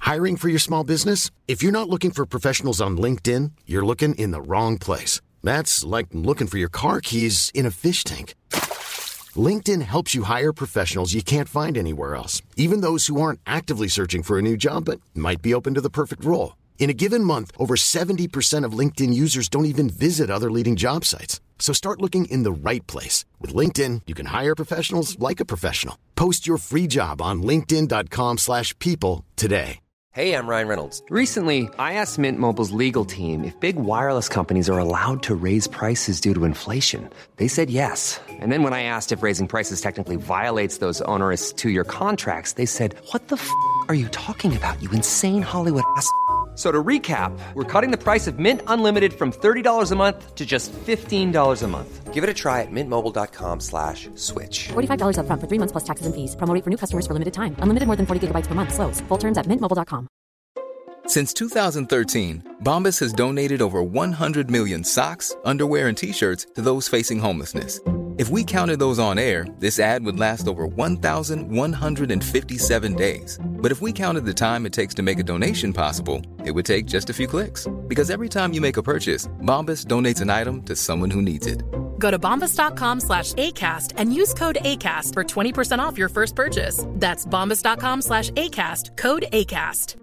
Hiring for your small business? If you're not looking for professionals on LinkedIn, you're looking in the wrong place. That's like looking for your car keys in a fish tank. LinkedIn helps you hire professionals you can't find anywhere else, even those who aren't actively searching for a new job but might be open to the perfect role. In a given month, over 70% of LinkedIn users don't even visit other leading job sites. So start looking in the right place. With LinkedIn, you can hire professionals like a professional. Post your free job on linkedin.com/people today. Hey, I'm Ryan Reynolds. Recently, I asked Mint Mobile's legal team if big wireless companies are allowed to raise prices due to inflation. They said yes. And then when I asked if raising prices technically violates those onerous two-year contracts, they said, "What the f*** are you talking about, you insane Hollywood ass?" So to recap, we're cutting the price of Mint Unlimited from $30 a month to just $15 a month. Give it a try at mintmobile.com/switch. $45 up front for 3 months plus taxes and fees. Promo rate for new customers for limited time. Unlimited more than 40 gigabytes per month. Slows full terms at mintmobile.com. Since 2013, Bombas has donated over 100 million socks, underwear, and T-shirts to those facing homelessness. If we counted those on air, this ad would last over 1,157 days. But if we counted the time it takes to make a donation possible, it would take just a few clicks. Because every time you make a purchase, Bombas donates an item to someone who needs it. Go to bombas.com/ACAST and use code ACAST for 20% off your first purchase. That's bombas.com/ACAST, code ACAST.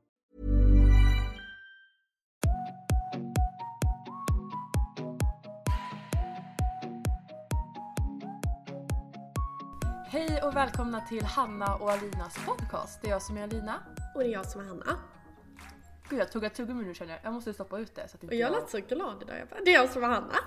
Hej och välkomna till Hanna och Alinas podcast. Det är jag som är Alina. Och det är jag som är Hanna. Gud, jag tog ett tuggummi nu känner jag. Jag måste stoppa ut det. Så att inte och jag lät så glad idag. Det är jag som är Hanna.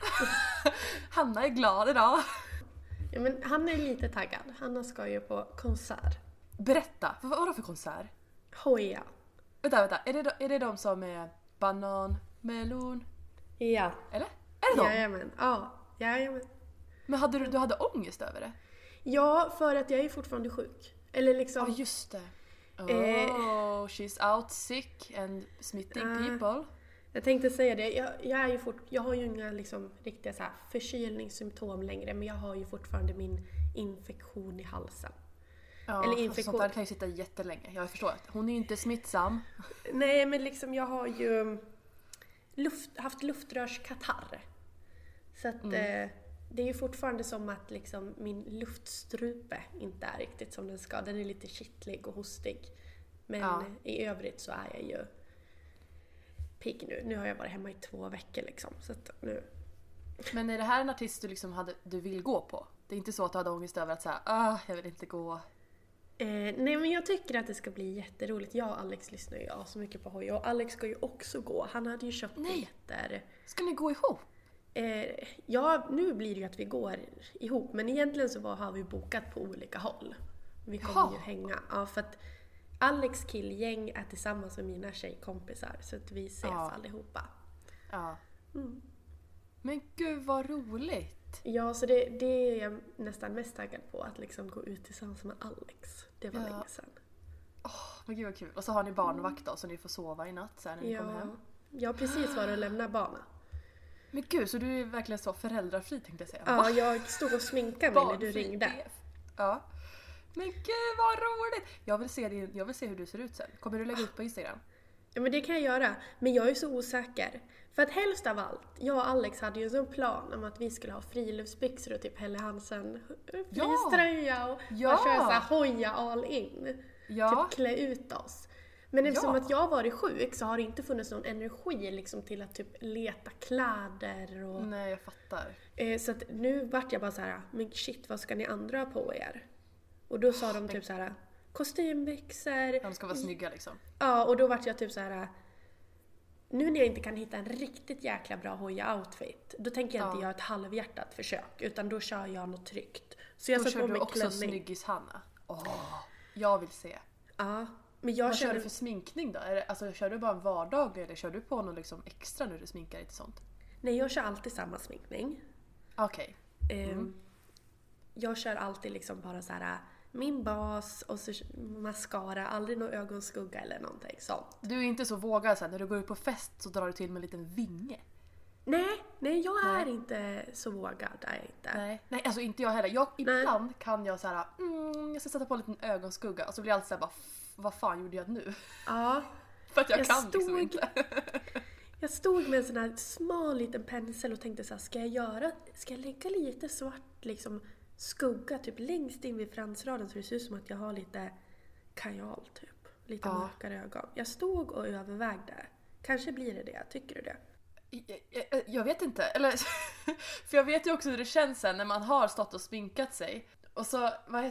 Hanna är glad idag. Ja, men Hanna är lite taggad. Hanna ska ju på konsert. Berätta, vad var det för konsert? Hoja. Vänta. Är det de som är banan, melon? Ja. Eller? Är det de? Jajamän. Ja, jajamän. Men du hade ångest över det? Ja, för att jag är fortfarande sjuk. Eller liksom... Ja, just det. She's out sick and smitting people. Jag tänkte säga det. Jag har ju inga liksom riktiga så här förkylningssymptom längre. Men jag har ju fortfarande min infektion i halsen. Ja, eller infektion. Sånt där kan ju sitta jättelänge. Jag förstår att hon är ju inte smittsam. Nej, men liksom jag har ju haft luftrörskatarr. Så att... Det är ju fortfarande som att liksom min luftstrupe inte är riktigt som den ska. Den är lite kittlig och hostig. Men i övrigt så är jag ju pigg nu. Nu har jag varit hemma i 2 veckor liksom. Så att nu... Men är det här en artist du liksom du vill gå på? Det är inte så att du hade ångest över att säga, jag vill inte gå. Nej, men jag tycker att det ska bli jätteroligt. Jag och Alex lyssnar ju så mycket på Hoja. Och Alex ska ju också gå. Han hade ju köpt biljetter. Ska ni gå ihop? Ja, nu blir det ju att vi går ihop. Men egentligen så har vi bokat på olika håll. Vi kommer ju hänga. Ja, för att Alex killgäng är tillsammans med mina tjejkompisar. Så att vi ses allihopa. Ja. Men gud vad roligt. Ja, så det är jag nästan mest taggad på. Att liksom gå ut tillsammans med Alex. Det var länge sedan. Men gud vad kul. Och så har ni barnvakt då, så ni får sova i natt sen när ni kommer hem. Jag har precis varit och lämnat barnen. Men gud, så du är verkligen så föräldrafri tänkte jag säga. Ja, jag stod och sminkade mig när du ringde. Ja. Men gud vad roligt. Jag vill se hur du ser ut sen. Kommer du lägga ut på Instagram? Ja, men det kan jag göra. Men jag är så osäker. För att helst av allt, jag och Alex hade ju en sån plan om att vi skulle ha friluftsbyxor och typ Helle Hansen fleecetröja och köra så här Hoja all in. Typ klä ut oss. Men eftersom att jag har varit sjuk så har det inte funnits någon energi liksom till att typ leta kläder och... Nej, jag fattar. Så att nu vart jag bara så här, men shit, vad ska ni andra ha på er? Och då sa de typ så här, kostymbyxor. De ska vara snygga liksom. Ja, och då vart jag typ så här, nu när jag inte kan hitta en riktigt jäkla bra Hoja-outfit, då tänker jag inte göra ett halvhjärtat försök, utan då kör jag något tryggt. Så jag satt på mig också snyggis Hanna. Jag vill se. Ja. Vad kör du för sminkning då? Kör du bara en vardag eller kör du på något liksom extra när du sminkar lite sånt? Nej, jag kör alltid samma sminkning. Okej. Jag kör alltid liksom bara så här min bas och så mascara, aldrig någon ögonskugga eller någonting sånt. Du är inte så vågad sen när du går ut på fest så drar du till med en liten vinge. Nej, jag är inte så vågad, är jag inte. Nej, alltså inte jag heller. Ibland kan jag så här, jag ska sätta på en liten ögonskugga och så blir allt så här bara vad fan gjorde jag nu? Ja. För att jag kan liksom inte. Jag stod med en sån här smal liten pensel och tänkte så här, ska jag lägga lite svart liksom skugga typ längst in vid fransraden så det ser ut som att jag har lite kajal typ. Lite mörkare ögon. Jag stod och övervägde. Kanske blir det. Tycker du det? Jag vet inte. Eller, för jag vet ju också hur det känns sen när man har stått och sminkat sig. Och så,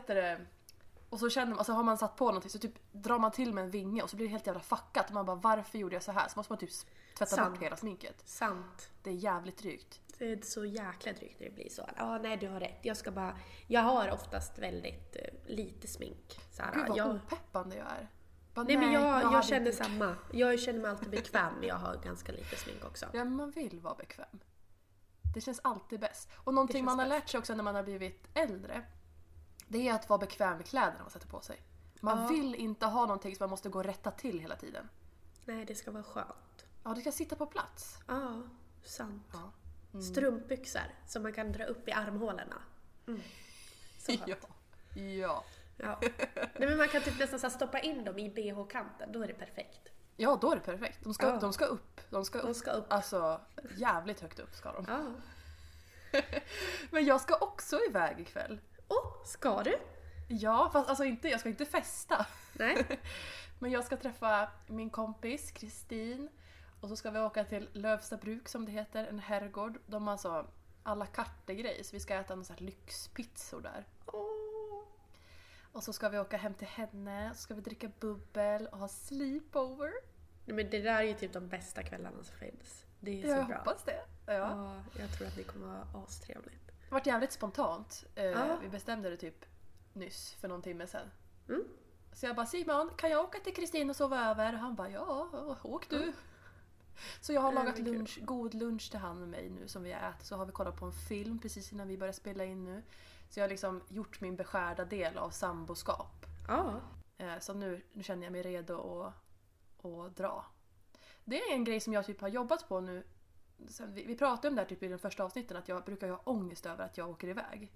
och så känner man, alltså har man satt på någonting så typ drar man till med en vinge och så blir det helt jävla fuckat. Och man bara, varför gjorde jag så här? Så måste man typ tvätta bort hela sminket. Sant. Det är jävligt drygt. Det är så jäkla drygt när det blir så. Ja, nej, du har rätt. Jag har oftast väldigt lite smink. Såhär, Gud vad opeppande jag är. Nej, men jag känner samma. Jag känner mig alltid bekväm men jag har ganska lite smink också. Ja, man vill vara bekväm. Det känns alltid bäst. Och någonting man har lärt sig också när man har blivit äldre, det är att vara bekväm med kläderna man sätter på sig. Man vill inte ha någonting som man måste gå och rätta till hela tiden. Nej, det ska vara skönt. Ja, det ska sitta på plats. Ja, sant. Ja. Strumpbyxor som man kan dra upp i armhålorna. Så skönt. Ja. Nej, men man kan typ nästan så stoppa in dem i BH-kanten. Då är det perfekt. Ja, då är det perfekt. De ska upp. De ska upp. Alltså, jävligt högt upp ska de. Ja. Men jag ska också iväg ikväll. Ska du? Ja, fast alltså inte, jag ska inte festa. Nej. Men jag ska träffa min kompis Kristin. Och så ska vi åka till Lövstabruk som det heter, en herrgård. De har alltså alla kartegrej, så vi ska äta en sån här lyxpizzor där. Och så ska vi åka hem till henne, så ska vi dricka bubbel och ha sleepover. Nej, men det där är ju typ de bästa kvällarna som finns. Det är så bra. Jag hoppas det. Ja, jag tror att det kommer vara astrevligt. Det har varit jävligt spontant. Vi bestämde det typ nyss för någon timme sedan. Så jag bara, Simon, kan jag åka till Kristin och sova över? Han bara, ja, åk du. Så jag har lagat god lunch till han och mig nu som vi har ätit. Så har vi kollat på en film precis innan vi börjar spela in nu. Så jag har liksom gjort min beskärda del av samboskap. Så nu känner jag mig redo att dra. Det är en grej som jag typ har jobbat på nu. Vi pratade om det här typ i den första avsnitten, att jag brukar ha ångest över att jag åker iväg.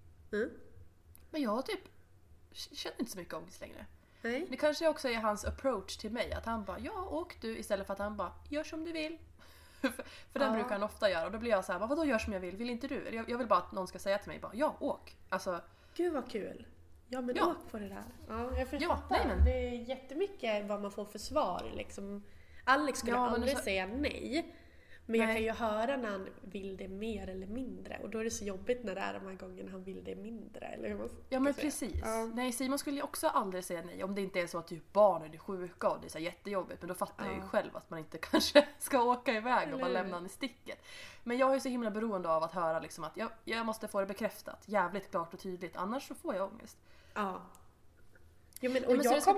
Men jag typ känner inte så mycket ångest längre. Nej. Det kanske också är hans approach till mig. Att han bara, ja, åk du. Istället för att han bara, gör som du vill. För den brukar han ofta göra. Och då blir jag så här, vadå gör som jag vill? Vill inte du? Jag vill bara att någon ska säga till mig, bara, ja, åk. Alltså, gud vad kul. Ja, men åk på det där. Ja, jag förstår. Men det är jättemycket vad man får för svar. Liksom. Alex skulle aldrig säga nej. Men jag kan ju höra när han vill det mer eller mindre. Och då är det så jobbigt när det är de här gångerna han vill det mindre. Eller hur man ja, men precis. Nej, Simon skulle ju också aldrig säga nej. Om det inte är så att typ barnen är sjuka och det är så jättejobbigt. Men då fattar jag ju själv att man inte kanske ska åka iväg och bara lämna han i sticket. Men jag är ju så himla beroende av att höra liksom att jag måste få det bekräftat. Jävligt klart och tydligt. Annars så får jag ångest. Ja. Ja, men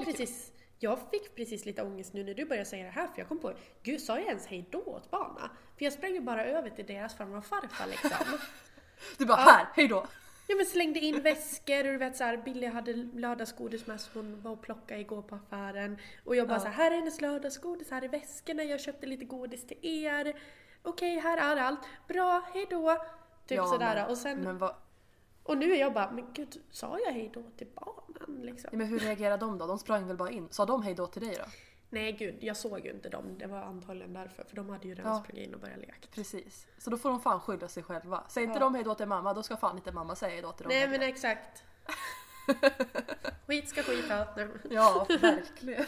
jag fick precis lite ångest nu när du började säga det här. För jag kom på, gud, sa jag ens hej då åt barna? För jag sprang ju bara över till deras farmor och farfar liksom. Du bara, här, hej då! Ja, men slängde in väskor och du vet så här, Billy hade lördagsgodis med som hon var och plockade igår på affären. Och jag bara så här är hennes lördagsgodis, här är väskorna, jag köpte lite godis till er. Okej, här är allt. Bra, hej då! Typ sådär. Och sen... Och nu är jag bara, men gud, sa jag hej då till barnen liksom? Ja, men hur reagerade de då? De sprang väl bara in. Sa de hej då till dig då? Nej gud, jag såg ju inte dem. Det var antagligen därför. För de hade ju redan sprungit in och börjat leka. Precis. Så då får de fan skylla sig själva. Säg inte de hej då till mamma, då ska fan inte mamma säga hej då till dem. Nej men exakt. Skit ska skita. Ja, verkligen.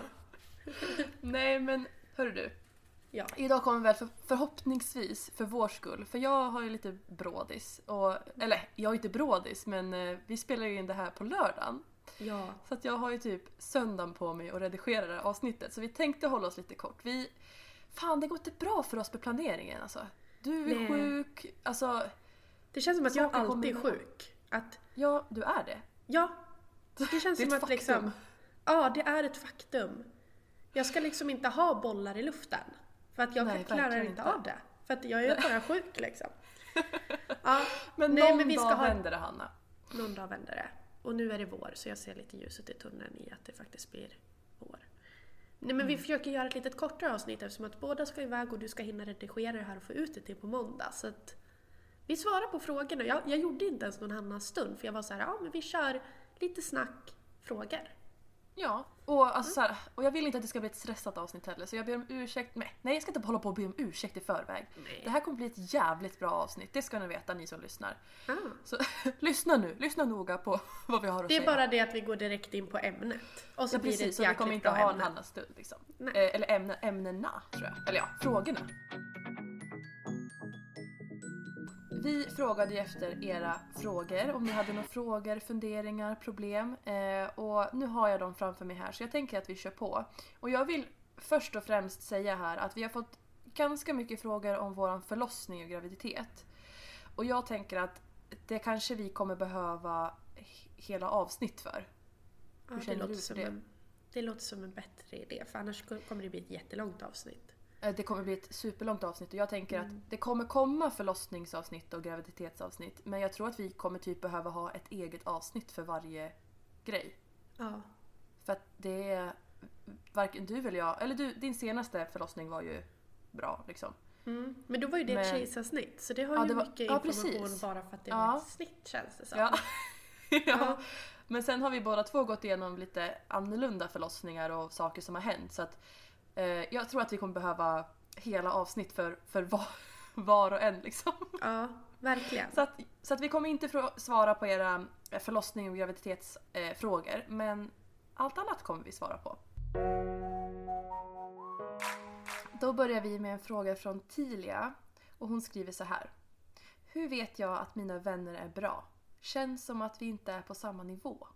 Nej men, hörru du. Ja. Idag kommer väl förhoppningsvis för vår skull. För jag har ju lite brådis. Eller, jag är inte brådis, men vi spelar ju in det här på lördagen. Ja. Så att jag har ju typ söndagen på mig att redigera det här avsnittet. Så vi tänkte hålla oss lite kort. Fan, det går inte bra för oss med planeringen alltså. Du är sjuk. Alltså, det känns som att jag alltid är sjuk. Ja, du är det. Ja. Det känns som att liksom... Ja, det är ett faktum. Jag ska liksom inte ha bollar i luften. För att jag klarar inte av det. För att jag är bara sjuk liksom. Ja, men någon dag vänder det, Hanna. Någon dag vänder det. Och nu är det vår, så jag ser lite ljuset i tunneln i att det faktiskt blir vår. Nej, men vi försöker göra ett litet kortare avsnitt eftersom att båda ska iväg och du ska hinna redigera det här och få ut det till på måndag. Så att vi svarar på frågorna. Jag gjorde inte ens någon Hannas stund för jag var så här, ja men vi kör lite snack, frågor. Ja, och, alltså, så här, och jag vill inte att det ska bli ett stressat avsnitt heller, så jag ber om ursäkt. Nej, jag ska inte hålla på och be om ursäkt i förväg. Nej. Det här kommer bli ett jävligt bra avsnitt, det ska ni veta, ni som lyssnar. Så lyssna noga på vad vi har att säga. Det är bara det att vi går direkt in på ämnet. Och så blir det ett så vi kommer inte ha en annan stund liksom. Eller ämnena, tror jag. Eller ja, frågorna. Vi frågade ju efter era frågor, om ni hade några frågor, funderingar, problem. Och nu har jag dem framför mig här, så jag tänker att vi kör på. Och jag vill först och främst säga här att vi har fått ganska mycket frågor om våran förlossning och graviditet. Och jag tänker att det kanske vi kommer behöva hela avsnitt för. Hur känner du för det? Det låter som en bättre idé, för annars kommer det bli ett jättelångt avsnitt. Det kommer bli ett superlångt avsnitt och jag tänker att det kommer komma förlossningsavsnitt och graviditetsavsnitt, men jag tror att vi kommer typ behöva ha ett eget avsnitt för varje grej. Ja. För att det är varken du eller jag, eller din senaste förlossning var ju bra liksom. Men då var ju det ett kejsarsnitt, så det har ju mycket information bara för att det var ett snitt, känns det som. Ja. Men sen har vi båda två gått igenom lite annorlunda förlossningar och saker som har hänt, så att jag tror att vi kommer behöva hela avsnitt för var och en liksom. Ja, verkligen. Så att vi kommer inte svara på era förlossning och graviditetsfrågor, men allt annat kommer vi svara på. Då börjar vi med en fråga från Tilia och hon skriver så här: hur vet jag att mina vänner är bra? Känns som att vi inte är på samma nivå.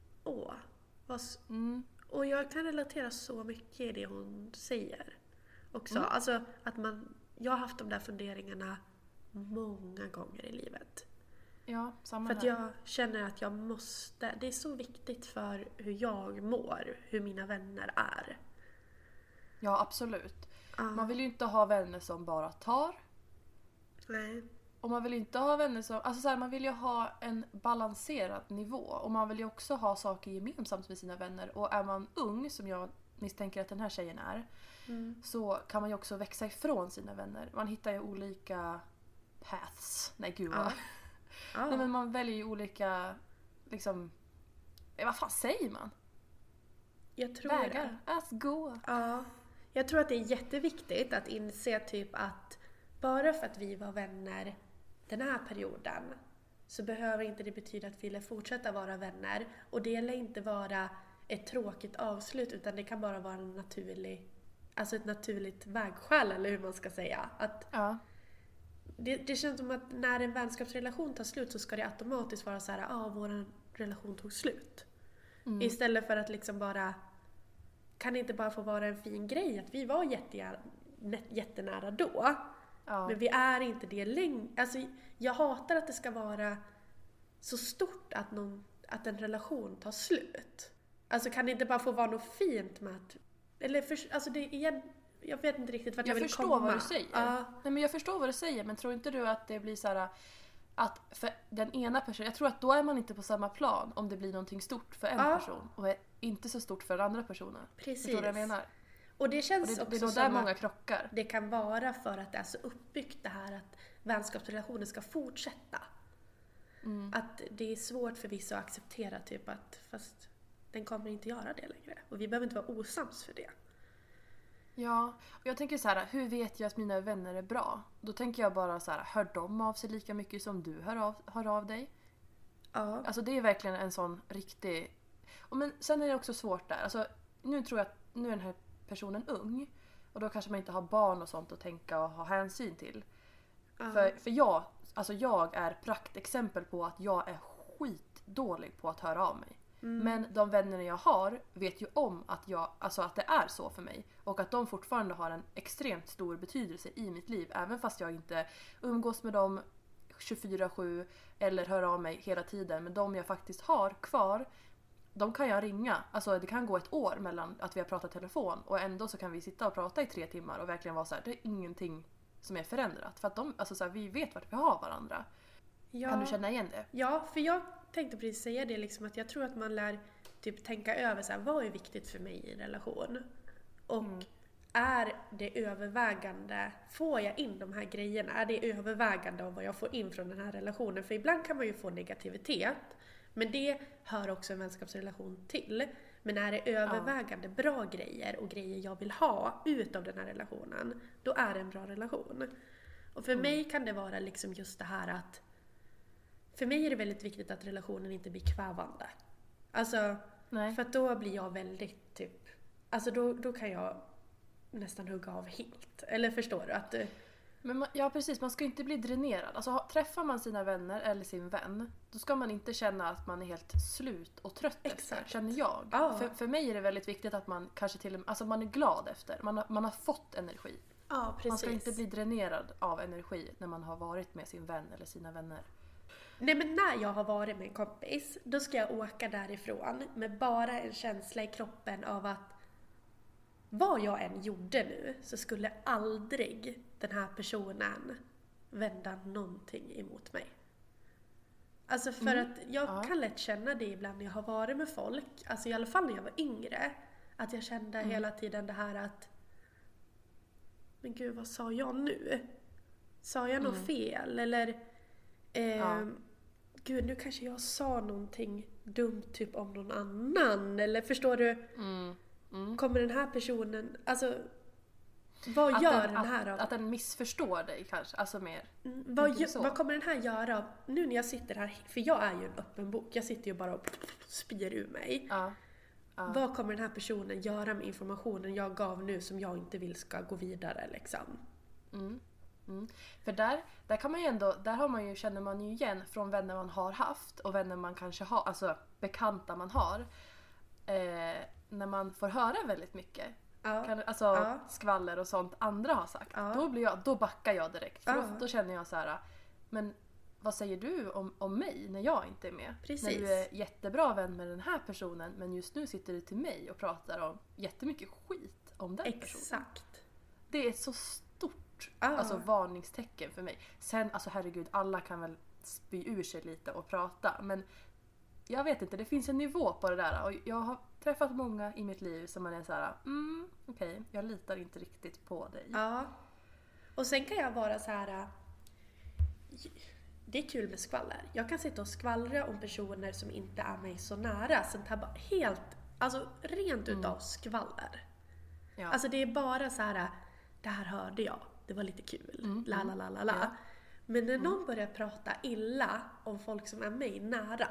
Och jag kan relatera så mycket i det hon säger också. Alltså att jag har haft de där funderingarna många gånger i livet. Ja, samma för att jag känner att jag måste. Det är så viktigt för hur jag mår, hur mina vänner är. Ja, absolut. Man vill ju inte ha vänner som bara tar. Nej. Och man vill inte ha vänner som... Alltså så här, man vill ju ha en balanserad nivå. Och man vill ju också ha saker gemensamt med sina vänner. Och är man ung, som jag misstänker att den här tjejen är, så kan man ju också växa ifrån sina vänner. Man hittar ju olika paths. Nej, gud vad. Nej, men man väljer ju olika... Liksom... Vad fan säger man? Jag tror vägar. Att gå. Ja. Jag tror att det är jätteviktigt att inse typ att bara för att vi var vänner den här perioden så behöver inte det betyda att vi vill fortsätta vara vänner. Och det lär inte vara ett tråkigt avslut, utan det kan bara vara en ett naturligt vägskäl, eller hur man ska säga. Att det känns som att när en vänskapsrelation tar slut så ska det automatiskt vara så här: vår relation tog slut. Istället för att liksom bara, kan det inte bara få vara en fin grej att vi var jättenära då. Men vi är inte det längre. Alltså, jag hatar att det ska vara så stort att en relation tar slut. Alltså kan det inte bara få vara något fint med att... jag vet inte riktigt vart jag vill komma. Jag förstår vad du säger. Nej, men jag förstår vad du säger, men tror inte du att det blir så här att för den ena personen, jag tror att då är man inte på samma plan om det blir någonting stort för en person och är inte så stort för den andra personen. Precis. Förstår du vad jag menar? Och det känns också det är då där många krockar. Det kan vara för att det är så uppbyggt det här att vänskapsrelationer ska fortsätta. Att det är svårt för vissa att acceptera typ att fast den kommer inte göra det längre. Och vi behöver inte vara osams för det. Ja, och jag tänker så här: hur vet jag att mina vänner är bra? Då tänker jag bara så här: hör de av sig lika mycket som du hör av dig? Ja. Alltså det är verkligen en sån riktig... Men sen är det också svårt där. Alltså, nu tror jag att nu är den här personen ung. Och då kanske man inte har barn och sånt att tänka och ha hänsyn till. För jag är praktexempel på att jag är skitdålig på att höra av mig. Men de vännerna jag har vet ju om att det är så för mig. Och att de fortfarande har en extremt stor betydelse i mitt liv. Även fast jag inte umgås med dem 24/7 eller hör av mig hela tiden. Men de jag faktiskt har kvar, de kan jag ringa. Alltså det kan gå ett år mellan att vi har pratat telefon och ändå så kan vi sitta och prata i 3 timmar och verkligen vara så här: det är ingenting som är förändrat. För att vi vet vart vi har varandra. Ja. Kan du känna igen det? Ja, för jag tänkte precis säga det liksom, att jag tror att man lär typ tänka över så här: vad är viktigt för mig i en relation? Och är det övervägande, får jag in de här grejerna? Är det övervägande av vad jag får in från den här relationen? För ibland kan man ju få negativitet, men det hör också en vänskapsrelation till. Men är det övervägande bra grejer och grejer jag vill ha ut av den här relationen, då är det en bra relation. Och för mig kan det vara liksom just det här att för mig är det väldigt viktigt att relationen inte blir kvävande. Alltså, för att då blir jag väldigt typ, alltså då kan jag nästan hugga av helt. Eller förstår du att Men precis, man ska inte bli dränerad. Alltså träffar man sina vänner eller sin vän, då ska man inte känna att man är helt slut och trött efter, känner jag. För mig är det väldigt viktigt att man kanske till och med, alltså man är glad efter. Man har fått energi. Ja, precis. Man ska inte bli dränerad av energi när man har varit med sin vän eller sina vänner. Nej, men när jag har varit med en kompis, då ska jag åka därifrån med bara en känsla i kroppen av att vad jag än gjorde nu så skulle aldrig den här personen vända någonting emot mig. Alltså för att jag kan lätt känna det ibland när jag har varit med folk, alltså i alla fall när jag var yngre, att jag kände hela tiden det här att men gud, vad sa jag nu? Sa jag något fel? Eller gud, nu kanske jag sa någonting dumt typ om någon annan. Eller förstår du? Kommer den här personen, alltså vad att gör den här av? Att den missförstår dig kanske, alltså mer. Vad kommer den här göra nu när jag sitter här, för jag är ju en öppen bok, jag sitter ju bara och spyr ur mig. Vad kommer den här personen göra med informationen jag gav nu som jag inte vill ska gå vidare liksom? För där kan man ju ändå, där har man ju, känner man ju igen från vänner man har haft och vänner man kanske har, alltså bekanta man har, när man får höra väldigt mycket skvaller och sånt andra har sagt, då backar jag direkt, för då känner jag så här: men vad säger du om mig när jag inte är med? Precis. När du är jättebra vän med den här personen, men just nu sitter du till mig och pratar om jättemycket skit om den personen. Exakt. Det är så stort alltså varningstecken för mig. Sen, alltså herregud, alla kan väl spy ur sig lite och prata, men jag vet inte, det finns en nivå på det där, och jag har träffat många i mitt liv som man är så här: okej, jag litar inte riktigt på dig. Ja. Och sen kan jag vara så här: det är kul med skvaller. Jag kan sitta och skvallra om personer som inte är mig så nära. Sånt här bara helt, alltså rent utav skvaller. Ja. Alltså det är bara så här: det här hörde jag, det var lite kul. Ja. Men när någon börjar prata illa om folk som är mig nära,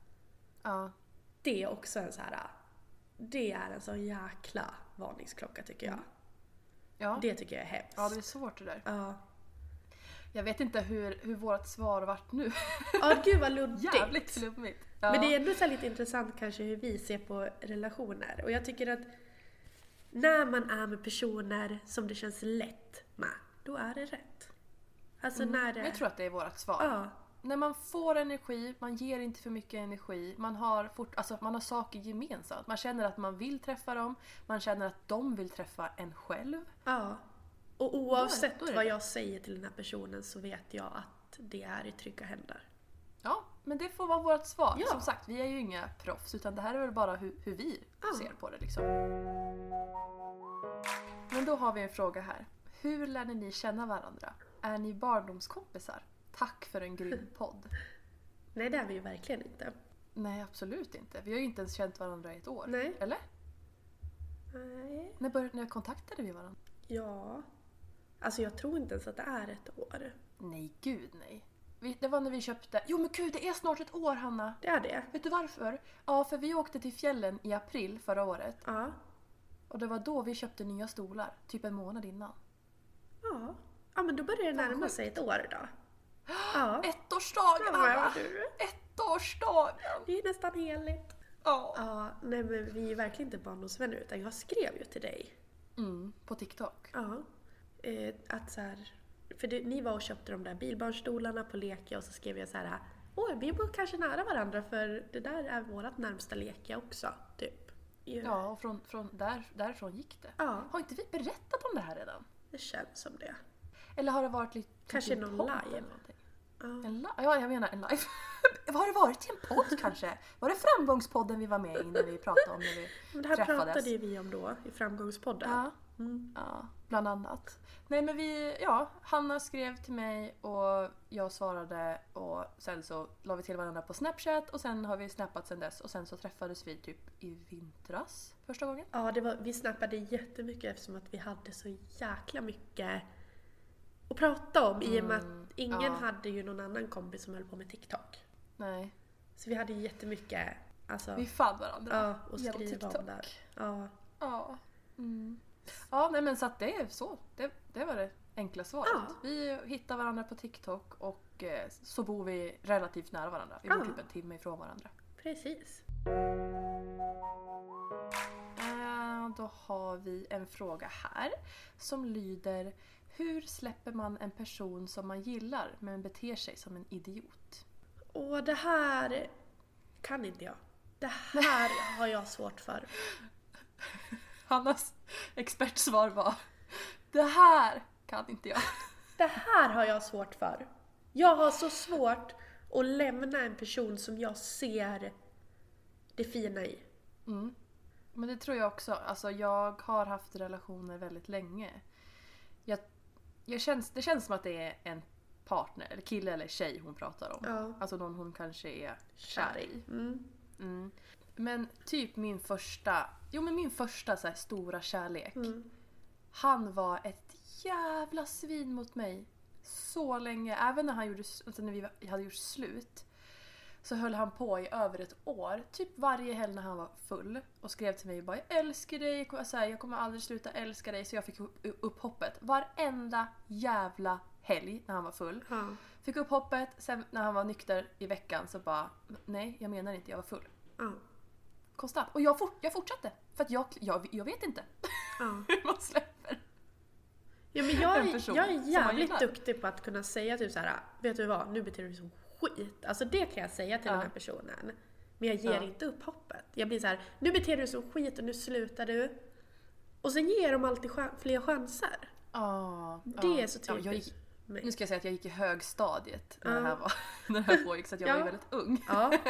det är också en så här, det är en sån jäkla varningsklocka tycker jag. Ja. Det tycker jag är hemskt. Ja, det är svårt det där. Ja. Jag vet inte hur vårt svar varit nu. Ja, gud vad luddigt. Jävligt flummigt. Ja. Men det är ändå så lite intressant kanske hur vi ser på relationer. Och jag tycker att när man är med personer som det känns lätt med, då är det rätt. Alltså när det... Jag tror att det är vårt svar. Ja. När man får energi, man ger inte för mycket energi, man har saker gemensamt. Man känner att man vill träffa dem, man känner att de vill träffa en själv. Ja. Och oavsett vad jag säger till den här personen så vet jag att det är i trygga händer. Ja, men det får vara vårt svar. Ja. Som sagt, vi är ju inga proffs, utan det här är väl bara hur vi ser på det liksom. Men då har vi en fråga här. Hur lärde ni känna varandra? Är ni barndomskompisar? Tack för en grym podd. Nej, det är vi ju verkligen inte. Nej, absolut inte. Vi har ju inte ens känt varandra i ett år. Nej. Eller? Nej. När kontaktade vi varandra? Ja. Alltså jag tror inte ens att det är ett år. Nej, gud nej. Det var när vi köpte... Jo men gud, det är snart ett år, Hanna. Det är det. Vet du varför? Ja, för vi åkte till fjällen i april förra året. Ja. Och det var då vi köpte nya stolar. Typ en månad innan. Ja. Ja, men då börjar det närma sig ett år då. Ja. Ettårsdagen, Hanna! Ettårsdagen! Det är nästan heligt. Ja. Ja, nej men vi är verkligen inte barndomsvänner, utan jag skrev ju till dig. På TikTok. Ja. Att så här, för ni var och köpte de där bilbarnstolarna på Leka, och så skrev jag så här: vi bor kanske nära varandra, för det där är vårat närmsta Leka också, typ. Ja, och därifrån gick det. Ja. Har inte vi berättat om det här redan? Det känns som det. Eller har det varit lite... Kanske någon live. Ja, jag menar en live. Har det varit till en podd kanske? Var det Framgångspodden vi var med i när vi pratade om när vi Men det här träffades? Pratade vi om då i Framgångspodden. Ja, bland annat. Nej men Hanna skrev till mig och jag svarade och sen så la vi till varandra på Snapchat och sen har vi snappat sen dess och sen så träffades vi typ i vintras första gången. Ja, vi snappade jättemycket eftersom att vi hade så jäkla mycket att prata om i och med att ingen hade ju någon annan kompis som höll på med TikTok. Nej. Så vi hade jättemycket vi fann varandra. Ja, och skriva om där. Ja. Ja. Ja, nej men så att det är så. Det var det enkla svaret. Ja. Vi hittar varandra på TikTok och så bor vi relativt nära varandra. Vi bor typ en timme ifrån varandra. Precis. Då har vi en fråga här som lyder: hur släpper man en person som man gillar men beter sig som en idiot? Och det här kan inte jag. Det här har jag svårt för. Hannas expertsvar var: det här kan inte jag. Det här har jag svårt för. Jag har så svårt att lämna en person som jag ser det fina i. Men det tror jag också. Alltså jag har haft relationer väldigt länge. Det känns som att det är en partner, eller kille eller tjej hon pratar om. Ja. Alltså någon hon kanske är kär i. Men typ min första så här stora kärlek. Han var ett jävla svin mot mig så länge. Även när vi hade gjort slut så höll han på i över ett år. Typ varje helg när han var full och skrev till mig bara: jag älskar dig, jag kommer aldrig sluta älska dig. Så jag fick upp hoppet varenda jävla helg när han var full. Fick upp hoppet. Sen när han var nykter i veckan så bara: nej, jag menar inte, jag var full. Konstant. Och jag fortsatte. För att jag vet inte hur man släpper. Ja, men jag är jävligt duktig på att kunna säga typ så här: vet du vad, nu beter du dig som skit. Alltså det kan jag säga till den här personen. Men jag ger inte upp hoppet. Jag blir så här: nu beter du dig som skit och nu slutar du. Och sen ger de alltid fler chanser. Det är så typiskt. Nu ska jag säga att jag gick i högstadiet när det här pågick, så att jag var väldigt ung.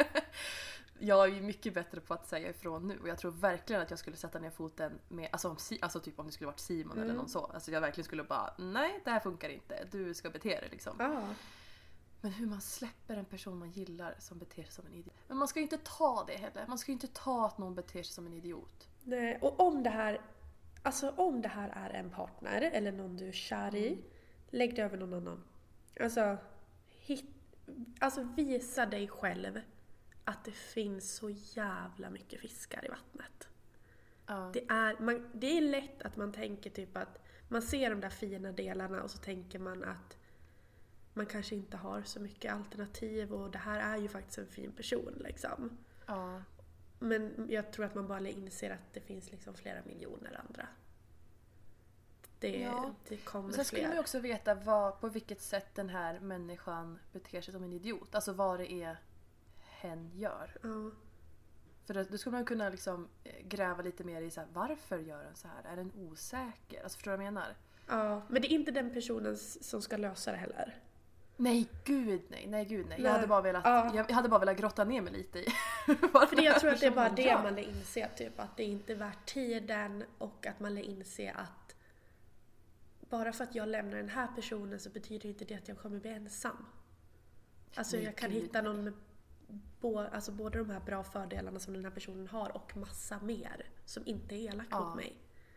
Jag är ju mycket bättre på att säga ifrån nu och jag tror verkligen att jag skulle sätta ner foten med, alltså typ om det skulle varit Simon eller någon så. Alltså jag verkligen skulle bara: nej, det här funkar inte. Du ska bete dig liksom. Men hur man släpper en person man gillar som beter sig som en idiot. Men man ska ju inte ta det heller. Man ska ju inte ta att någon beter sig som en idiot. Nej, och om det här är en partner eller någon du är kär i, lägg det över någon annan. Alltså visa dig själv att det finns så jävla mycket fiskar i vattnet. Det är lätt att man tänker typ att man ser de där fina delarna och så tänker man att man kanske inte har så mycket alternativ och det här är ju faktiskt en fin person liksom. Men jag tror att man bara inser att det finns liksom flera miljoner andra. Det kommer sen skulle man ju också veta på vilket sätt den här människan beter sig som en idiot. Alltså vad det är hen gör. För då skulle man kunna liksom gräva lite mer i så här: varför gör den så här? Är den osäker? Alltså förstår du vad jag menar? Ja, men det är inte den personen som ska lösa det heller. Nej, gud nej. Jag hade bara velat grotta ner mig lite i. För jag tror att det är bara det man lär inse typ, att det inte är värt tiden och att man lär inse att bara för att jag lämnar den här personen så betyder inte det att jag kommer bli ensam. Alltså jag kan hitta någon med både de här bra fördelarna som den här personen har och massa mer som inte är elak mot mig.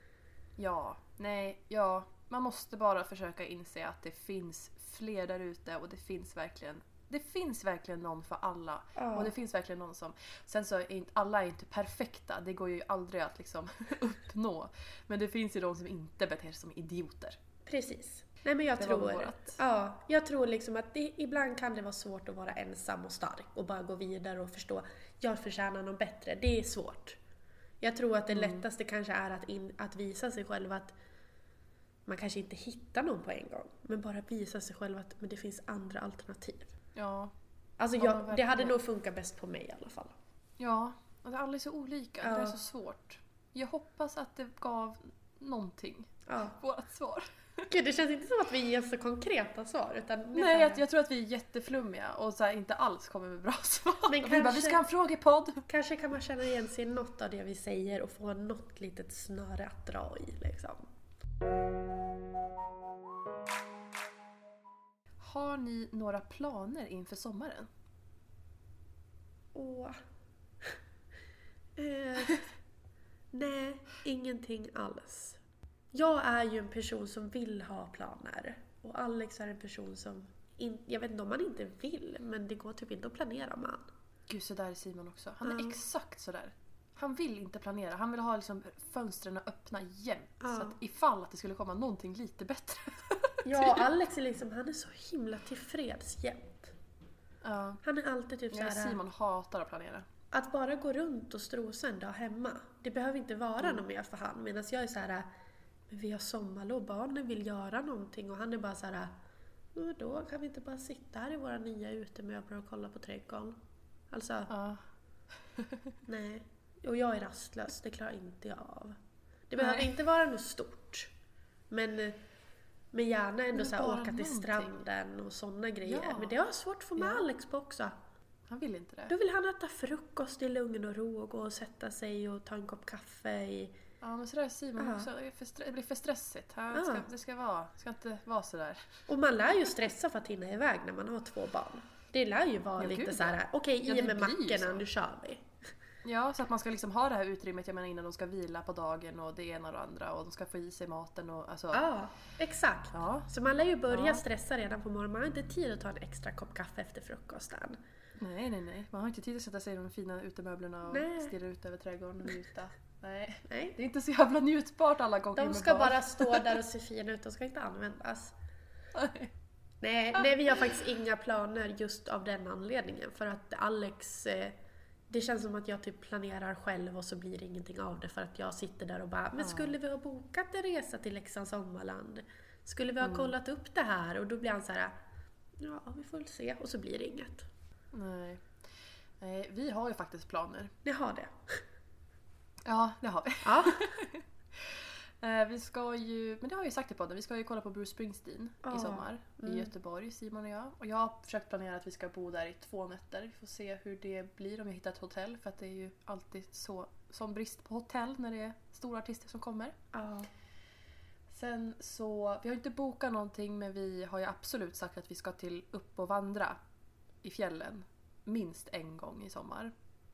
Man måste bara försöka inse att det finns fler där ute och det finns verkligen någon för alla. Och det finns verkligen någon som... Sen så är alla är inte perfekta. Det går ju aldrig att liksom uppnå. Men det finns ju de som inte beter sig som idioter. Precis. Nej, men jag tror liksom att ibland kan det vara svårt att vara ensam och stark och bara gå vidare och förstå jag förtjänar något bättre. Det är svårt. Jag tror att det lättaste kanske är att visa sig själv att man kanske inte hittar någon på en gång, men bara visa sig själv att men det finns andra alternativ. Alltså det hade nog funkat bäst på mig i alla fall. Ja, och det är aldrig så olika. Det är så svårt. Jag hoppas att det gav någonting. Vårt svar. Gud, det känns inte som att vi ger så konkreta svar. Utan nej, jag tror att vi är jätteflummiga och så här, inte alls kommer med bra svar. Men vi ska ha en frågepodd. Kanske kan man känna igen sig i något av det vi säger och få något litet snöre att dra i liksom. Har ni några planer inför sommaren? Nej, ingenting alls. Jag är ju en person som vill ha planer. Och Alex är en person som... jag vet inte om man inte vill, men det går typ inte att planera man. Gud, så där är Simon också. Han är exakt så där. Han vill inte planera. Han vill ha liksom fönstren öppna jämt. Så att ifall att det skulle komma någonting lite bättre. Ja, Alex är liksom... Han är så himla tillfreds jämt. Han är alltid typ så här... Simon hatar att planera. Att bara gå runt och strosa en dag hemma. Det behöver inte vara något mer för han. Medan jag är så här... Men vi har sommarlov, barnen vill göra någonting. Och han är bara så här... Då kan vi inte bara sitta här i våra nya utemöbler och kolla på trädgården. Alltså... Nej. Och jag är rastlös, det klarar inte jag av. Det behöver inte vara något stort. Men gärna ändå så här, åka till stranden och sådana grejer. Ja. Men det har jag svårt att få med Alex på också. Han vill inte det. Då vill han äta frukost i lugn och ro och gå och sätta sig och ta en kopp kaffe i... Ja, men sådär är Simon också. Det blir för stressigt. Det ska inte vara sådär. Och man lär ju stressa för att hinna iväg när man har 2 barn. Det lär ju vara lite så här: okej, i med mackorna, nu kör vi. Ja, så att man ska liksom ha det här utrymmet, jag menar, innan de ska vila på dagen och det ena och det andra och de ska få i sig maten och alltså... Ja, exakt. Ja. Så man lär ju börja stressa redan på morgonen. Man har inte tid att ta en extra kopp kaffe efter frukosten. Nej. Man har inte tid att sätta sig i de fina utemöblerna och stirra ut över trädgården och njuta. Nej. Det är inte så jävla njutbart alla gånger. De ska bara stå där och se fina ut, de ska inte användas. Nej, vi har faktiskt inga planer just av den anledningen. För att Alex... Det känns som att jag typ planerar själv och så blir det ingenting av det för att jag sitter där och bara, men skulle vi ha bokat en resa till Leksands sommarland? Skulle vi ha kollat upp det här? Och då blir han så här, ja, vi får väl se. Och så blir det inget. Nej, vi har ju faktiskt planer. Ni har det? Ja, det har vi. Ja. Vi ska ju, men det har jag ju sagt i podden, vi ska ju kolla på Bruce Springsteen i sommar i Göteborg, Simon och jag. Och jag har försökt planera att vi ska bo där i 2 nätter. Vi får se hur det blir om jag hittar ett hotell, för att det är ju alltid sån brist på hotell när det är stora artister som kommer. Sen så, vi har inte bokat någonting, men vi har ju absolut sagt att vi ska upp och vandra i fjällen minst en gång i sommar.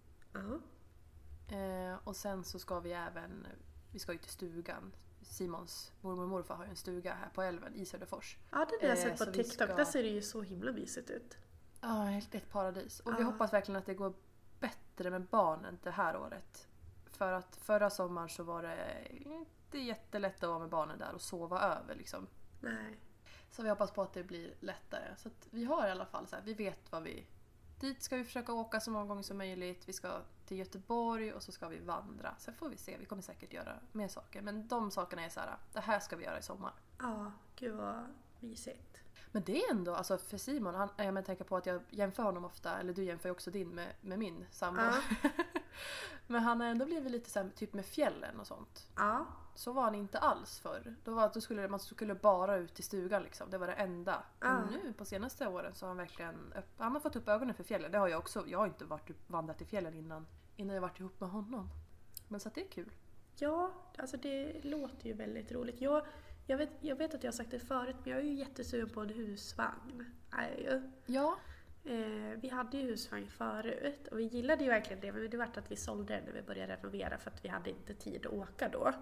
Och sen så ska vi ska ju till stugan. Simons mormor och morfar har ju en stuga här på älven i Söderfors. Ja, det har jag sett på TikTok. Där ser det ju så himla mysigt ut. Ja, helt ett paradis. Och vi hoppas verkligen att det går bättre med barnen det här året. För att förra sommaren så var det inte jättelätt att vara med barnen där och sova över liksom. Nej. Så vi hoppas på att det blir lättare. Så att vi har i alla fall så här, vi vet vad vi... Dit ska vi försöka åka så många gånger som möjligt. Vi ska till Göteborg och så ska vi vandra. Sen får vi se, vi kommer säkert göra mer saker. Men de sakerna är så här, det här ska vi göra i sommar. Ja, gud vad mysigt. Men det är ändå, alltså för Simon, jag tänker på att jag jämför honom ofta, eller du jämför ju också din med min sambo. Men han har ändå blivit lite så här, typ med fjällen och sånt. Ja. Så var han inte alls förr. Då skulle man bara ut till stugan liksom. Det var det enda. Men nu på senaste åren så har han verkligen han har fått upp ögonen för fjällen. Det har jag också. Jag har inte vandrat i fjällen innan jag varit ihop med honom. Men så att det är kul. Ja, alltså det låter ju väldigt roligt. Jag vet att jag har sagt det förut, men jag är ju jättesugen på en husvagn. Ja. Vi hade ju husvagn förut och vi gillade ju verkligen det, men det var att vi sålde den när vi började renovera för att vi hade inte tid att åka då.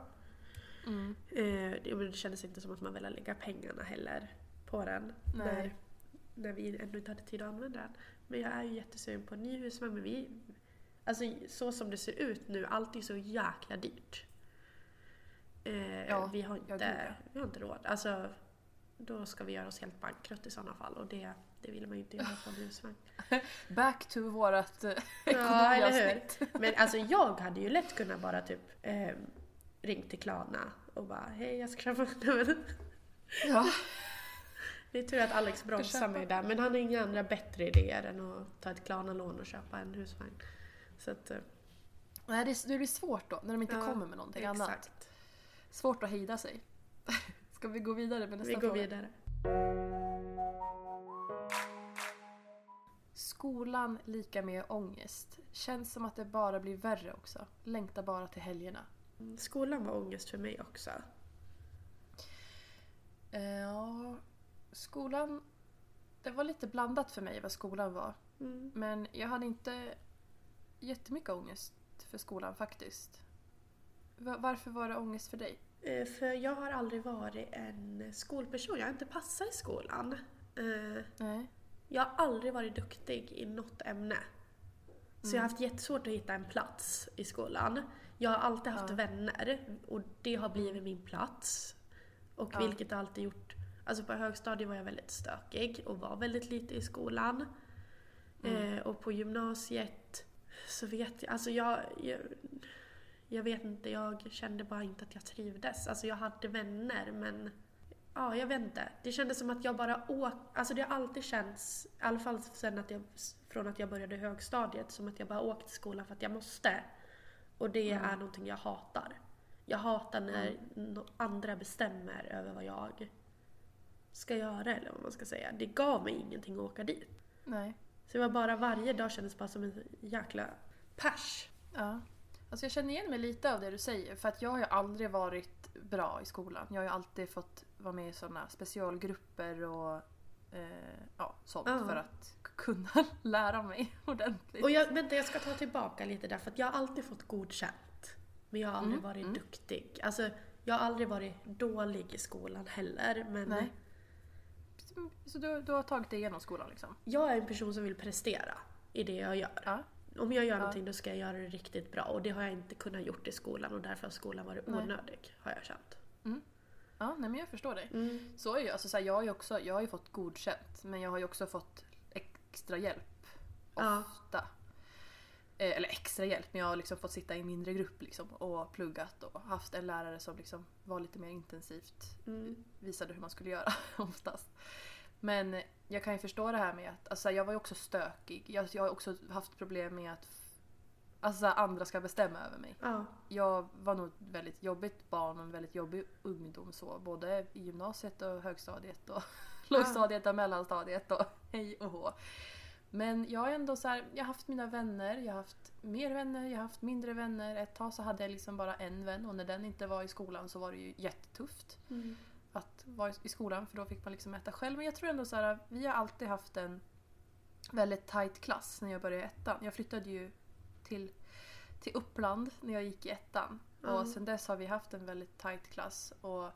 Det kändes inte som att man ville lägga pengarna heller på den när vi ändå inte hade tid att använda den. Men jag är ju jättesugen på en ny husvagn, men alltså så som det ser ut nu, allt är så jäkla dyrt. Vi har inte råd. Alltså, då ska vi göra oss helt bankrutt i sådana fall, och det vill man ju inte göra på en husvagn. Back to vårat ja, eller hur? Men alltså jag hade ju lätt kunnat bara typ ringt till Klarna och bara, hej, jag ska köpa en. Ja. Det är tur att Alex bromsar mig där, men han har inga andra bättre idéer än att ta ett Klarna-lån och köpa en husvagn. Så att... Nej, det blir svårt då, när de inte kommer med någonting annat. Svårt att hejda sig. Ska vi gå vidare med nästa fråga? Vi går vidare. Skolan lika med ångest. Känns som att det bara blir värre också. Längtar bara till helgerna. Skolan var ångest för mig också. Ja, skolan... Det var lite blandat för mig vad skolan var. Men jag hade inte jättemycket ångest för skolan faktiskt. Varför var det ångest för dig? För jag har aldrig varit en skolperson. Jag har inte passat i skolan. Nej. Jag har aldrig varit duktig i något ämne. Så jag har haft jättesvårt att hitta en plats i skolan. Jag har alltid haft vänner och det har blivit min plats. Och vilket har alltid gjort... Alltså på högstadiet var jag väldigt stökig och var väldigt lite i skolan. Och på gymnasiet så vet jag... Alltså jag vet inte, jag kände bara inte att jag trivdes. Alltså jag hade vänner men... Ja, jag vet inte. Det kändes som att jag bara Alltså det har alltid känts, i alla fall från att jag började högstadiet, som att jag bara åkte till skolan för att jag måste. Och det är någonting jag hatar. Jag hatar när andra bestämmer över vad jag ska göra, eller vad man ska säga. Det gav mig ingenting att åka dit. Nej. Så det var bara varje dag kändes bara som en jäkla pers. Ja. Alltså jag känner igen mig lite av det du säger. För att jag har ju aldrig varit bra i skolan. Jag har ju alltid fått vara med i sådana specialgrupper och sånt för att kunna lära mig ordentligt. Och jag ska ta tillbaka lite där, för att jag har alltid fått godkänt. Men jag har aldrig varit duktig. Alltså jag har aldrig varit dålig i skolan heller. Men nej. Så du har tagit dig igenom skolan liksom? Jag är en person som vill prestera i det jag gör. Ja. Om jag gör någonting då ska jag göra det riktigt bra. Och det har jag inte kunnat gjort i skolan. Och därför har skolan varit onödig, har jag känt. Ja, nej, men jag förstår dig. Så är ju, alltså, så här, jag har ju fått godkänt. Men jag har ju också fått extra hjälp. Ofta. Eller extra hjälp. Men jag har liksom fått sitta i en mindre grupp liksom, och pluggat. Och haft en lärare som liksom var lite mer intensivt. Visade hur man skulle göra oftast. Men jag kan ju förstå det här med att alltså, jag var ju också stökig. Jag har också haft problem med att alltså, andra ska bestämma över mig. Jag var nog väldigt jobbigt barn och en väldigt jobbig ungdom så. Både i gymnasiet och högstadiet och lågstadiet och mellanstadiet och hej och hå. Men jag har ändå så här, jag har haft mina vänner, jag har haft mer vänner, jag har haft mindre vänner. Ett tag så hade jag liksom bara en vän och när den inte var i skolan så var det ju jättetufft. Att vara i skolan, för då fick man liksom äta själv. Men jag tror ändå så här, vi har alltid haft en väldigt tight klass när jag började i ettan. Jag flyttade ju till Uppland när jag gick i ettan. Och sen dess har vi haft en väldigt tight klass. Och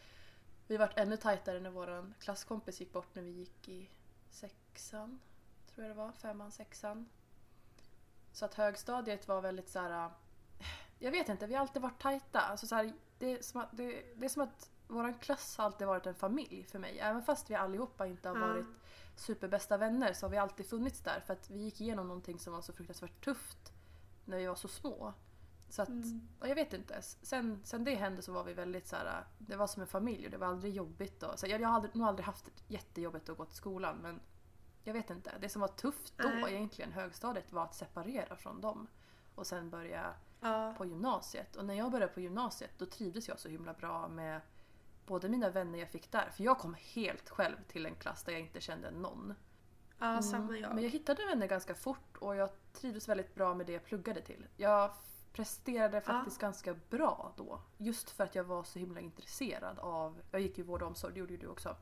vi varit ännu tightare när våran klasskompis gick bort när vi gick i sexan. Tror jag det var, 5:an, 6:an. Så att högstadiet var väldigt så här. Jag vet inte, vi har alltid varit tajta. Alltså så här, det är som att våran klass har alltid varit en familj för mig. Även fast vi allihopa inte har varit superbästa vänner så har vi alltid funnits där. För att vi gick igenom någonting som var så fruktansvärt tufft när vi var så små. Så att, jag vet inte. Sen det hände så var vi väldigt så här. Det var som en familj och det var aldrig jobbigt. Så jag har nog aldrig haft jättejobbigt att gå till skolan. Men jag vet inte. Det som var tufft då egentligen högstadiet var att separera från dem. Och sen börja på gymnasiet. Och när jag började på gymnasiet då trivdes jag så himla bra med både mina vänner jag fick där. För jag kom helt själv till en klass där jag inte kände någon. Ja, samma jag. Men jag hittade vänner ganska fort och jag trivdes väldigt bra med det jag pluggade till. Jag presterade faktiskt ganska bra då. Just för att jag var så himla intresserad av... Jag gick ju vård och omsorg, det gjorde ju du också.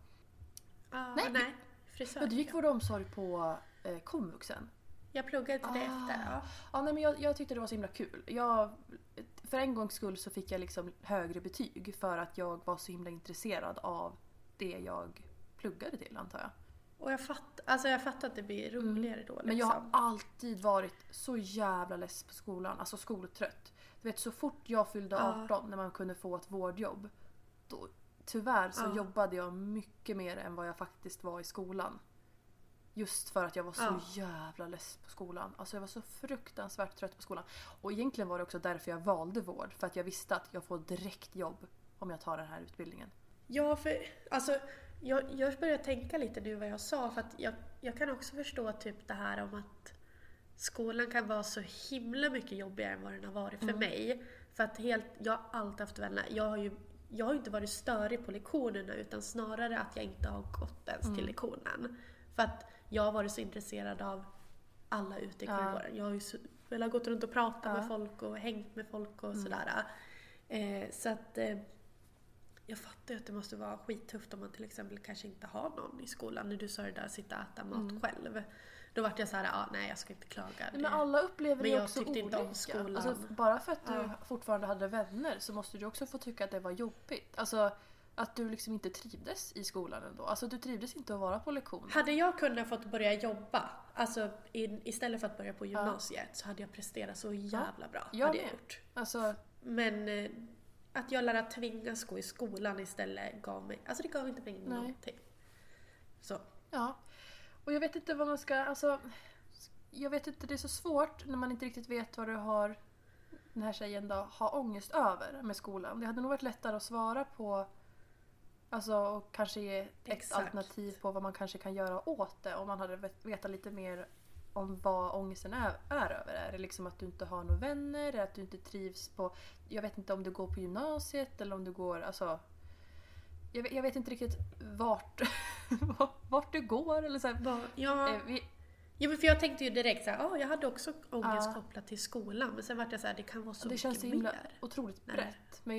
Nej. Frisör. Ja, du gick vård och omsorg på komvuxen. Jag pluggade till det efter. Nej, men jag tyckte det var så himla kul. För en gångs skull så fick jag liksom högre betyg för att jag var så himla intresserad av det jag pluggade till, antar jag. Och jag fattar att det blir roligare då. Liksom. Men jag har alltid varit så jävla less på skolan. Alltså skoltrött. Du vet, så fort jag fyllde 18 när man kunde få ett vårdjobb. Då, tyvärr så jobbade jag mycket mer än vad jag faktiskt var i skolan. Just för att jag var så jävla less på skolan. Alltså jag var så fruktansvärt trött på skolan. Och egentligen var det också därför jag valde vård. För att jag visste att jag får direkt jobb om jag tar den här utbildningen. Ja, för alltså jag började tänka lite nu vad jag sa. För att jag kan också förstå typ det här om att skolan kan vara så himla mycket jobbigare än vad den har varit för mig. För att jag har alltid haft vänner. jag har inte varit störig på lektionerna utan snarare att jag inte har gått ens till lektionen. För att jag har varit så intresserad av alla ute i korridoren. Jag har ju väl gått runt och pratat med folk och hängt med folk och sådär. Så att jag fattar ju att det måste vara skittufft om man till exempel kanske inte har någon i skolan. När du sa det där, sitta och äta mat själv. Då vart jag så här, nej jag ska inte klaga. Men alla upplever det också tyckte olika. Inte om skolan. Alltså, bara för att du fortfarande hade vänner så måste du också få tycka att det var jobbigt. Alltså att du liksom inte trivdes i skolan ändå. Alltså du trivdes inte att vara på lektion. Hade jag kunnat fått börja jobba, alltså istället för att börja på gymnasiet så hade jag presterat så jävla bra. Hade jag gjort. Alltså, men att jag lärde tvingas gå i skolan istället gav mig, alltså det gav inte mig någonting. Så. Ja. Och jag vet inte vad man ska, alltså jag vet inte, det är så svårt när man inte riktigt vet vad du har, den här tjejen då, har ångest över med skolan. Det hade nog varit lättare att svara på, alltså och kanske ge ett alternativ på vad man kanske kan göra åt det om man hade vetat lite mer om vad ångesten är över. Är det liksom att du inte har några vänner, är det att du inte trivs på, jag vet inte om du går på gymnasiet eller om du går, alltså jag vet inte riktigt vart du går eller så här. Ja, men för jag tänkte ju direkt så här, jag hade också ångest kopplat till skolan, men sen var jag så här, det kan vara så det mycket känns så himla mer. Otroligt brett. Men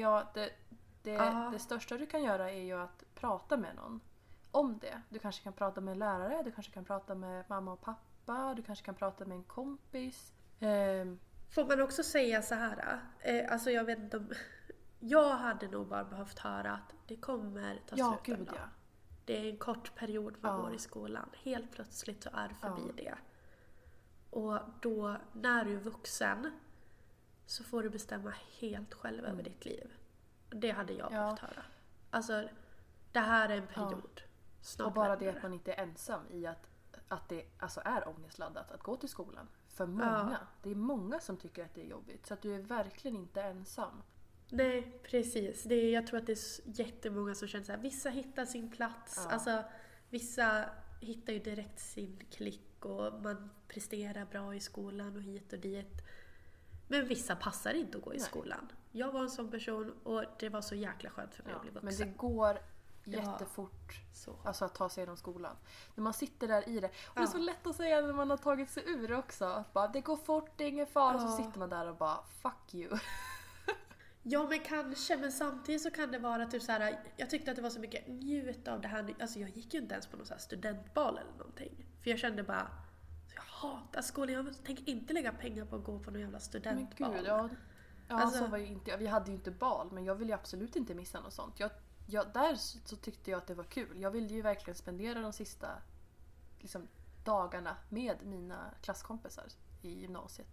det största du kan göra är ju att prata med någon om det. Du kanske kan prata med en lärare, du kanske kan prata med mamma och pappa, du kanske kan prata med en kompis. Får man också säga så här, alltså jag vet inte om, jag hade nog bara behövt höra att det kommer ta slut en dag. Ja. Det är en kort period man går i skolan. Helt plötsligt så är du förbi det. Och då, när du är vuxen, så får du bestämma helt själv över ditt liv. Det hade jag behövt höra. Alltså, det här är en period. Och bara det att man inte är ensam i att det alltså är ångestladdat att gå till skolan. För många. Det är många som tycker att det är jobbigt. Så att du är verkligen inte ensam. Nej, precis. Jag tror att det är jättemånga som känner så här. Vissa hittar sin plats. Alltså, vissa hittar ju direkt sin klick och man presterar bra i skolan och hit och dit. Men vissa passar inte att gå i skolan. Jag var en sån person och det var så jäkla skönt för mig att bli vuxen. Men det går jättefort alltså att ta sig igenom skolan. När man sitter där i det. Och det är så lätt att säga när man har tagit sig ur det också. Att bara, det går fort, det är ingen fara. Och så sitter man där och bara, fuck you. Ja, men kanske. Men samtidigt så kan det vara typ så här. Jag tyckte att det var så mycket njut av det här. Alltså jag gick ju inte ens på någon så här studentbal eller någonting. För jag kände bara, jag hatar skolan. Jag tänker inte lägga pengar på att gå på någon jävla studentbal. Men gud, alltså, så var ju inte, vi hade ju inte bal. Men jag ville ju absolut inte missa något sånt. Där så tyckte jag att det var kul. Jag ville ju verkligen spendera de sista liksom, dagarna med mina klasskompisar i gymnasiet.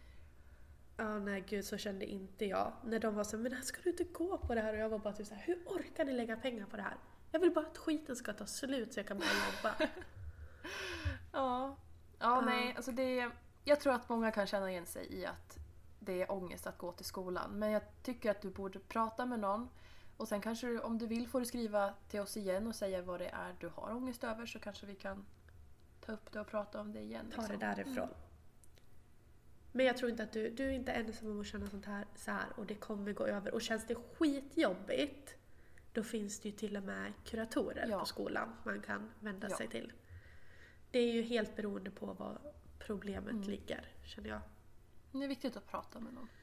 Nej gud, så kände inte jag. När de var så här, men ska du inte gå på det här? Och jag var bara typ så här, hur orkar ni lägga pengar på det här? Jag vill bara att skiten ska ta slut så jag kan börja jobba. Nej, alltså jag tror att många kan känna igen sig i att det är ångest att gå till skolan. Men jag tycker att du borde prata med någon. Och sen kanske om du vill får du skriva till oss igen och säga vad det är du har ångest över. Så kanske vi kan ta upp det och prata om det igen. Ta det därifrån. Men jag tror inte att du är inte ensam om att känna sånt här så här och det kommer gå över. Och känns det skitjobbigt, då finns det ju till och med kuratorer på skolan man kan vända sig till. Det är ju helt beroende på vad problemet ligger, känner jag. Det är viktigt att prata med någon.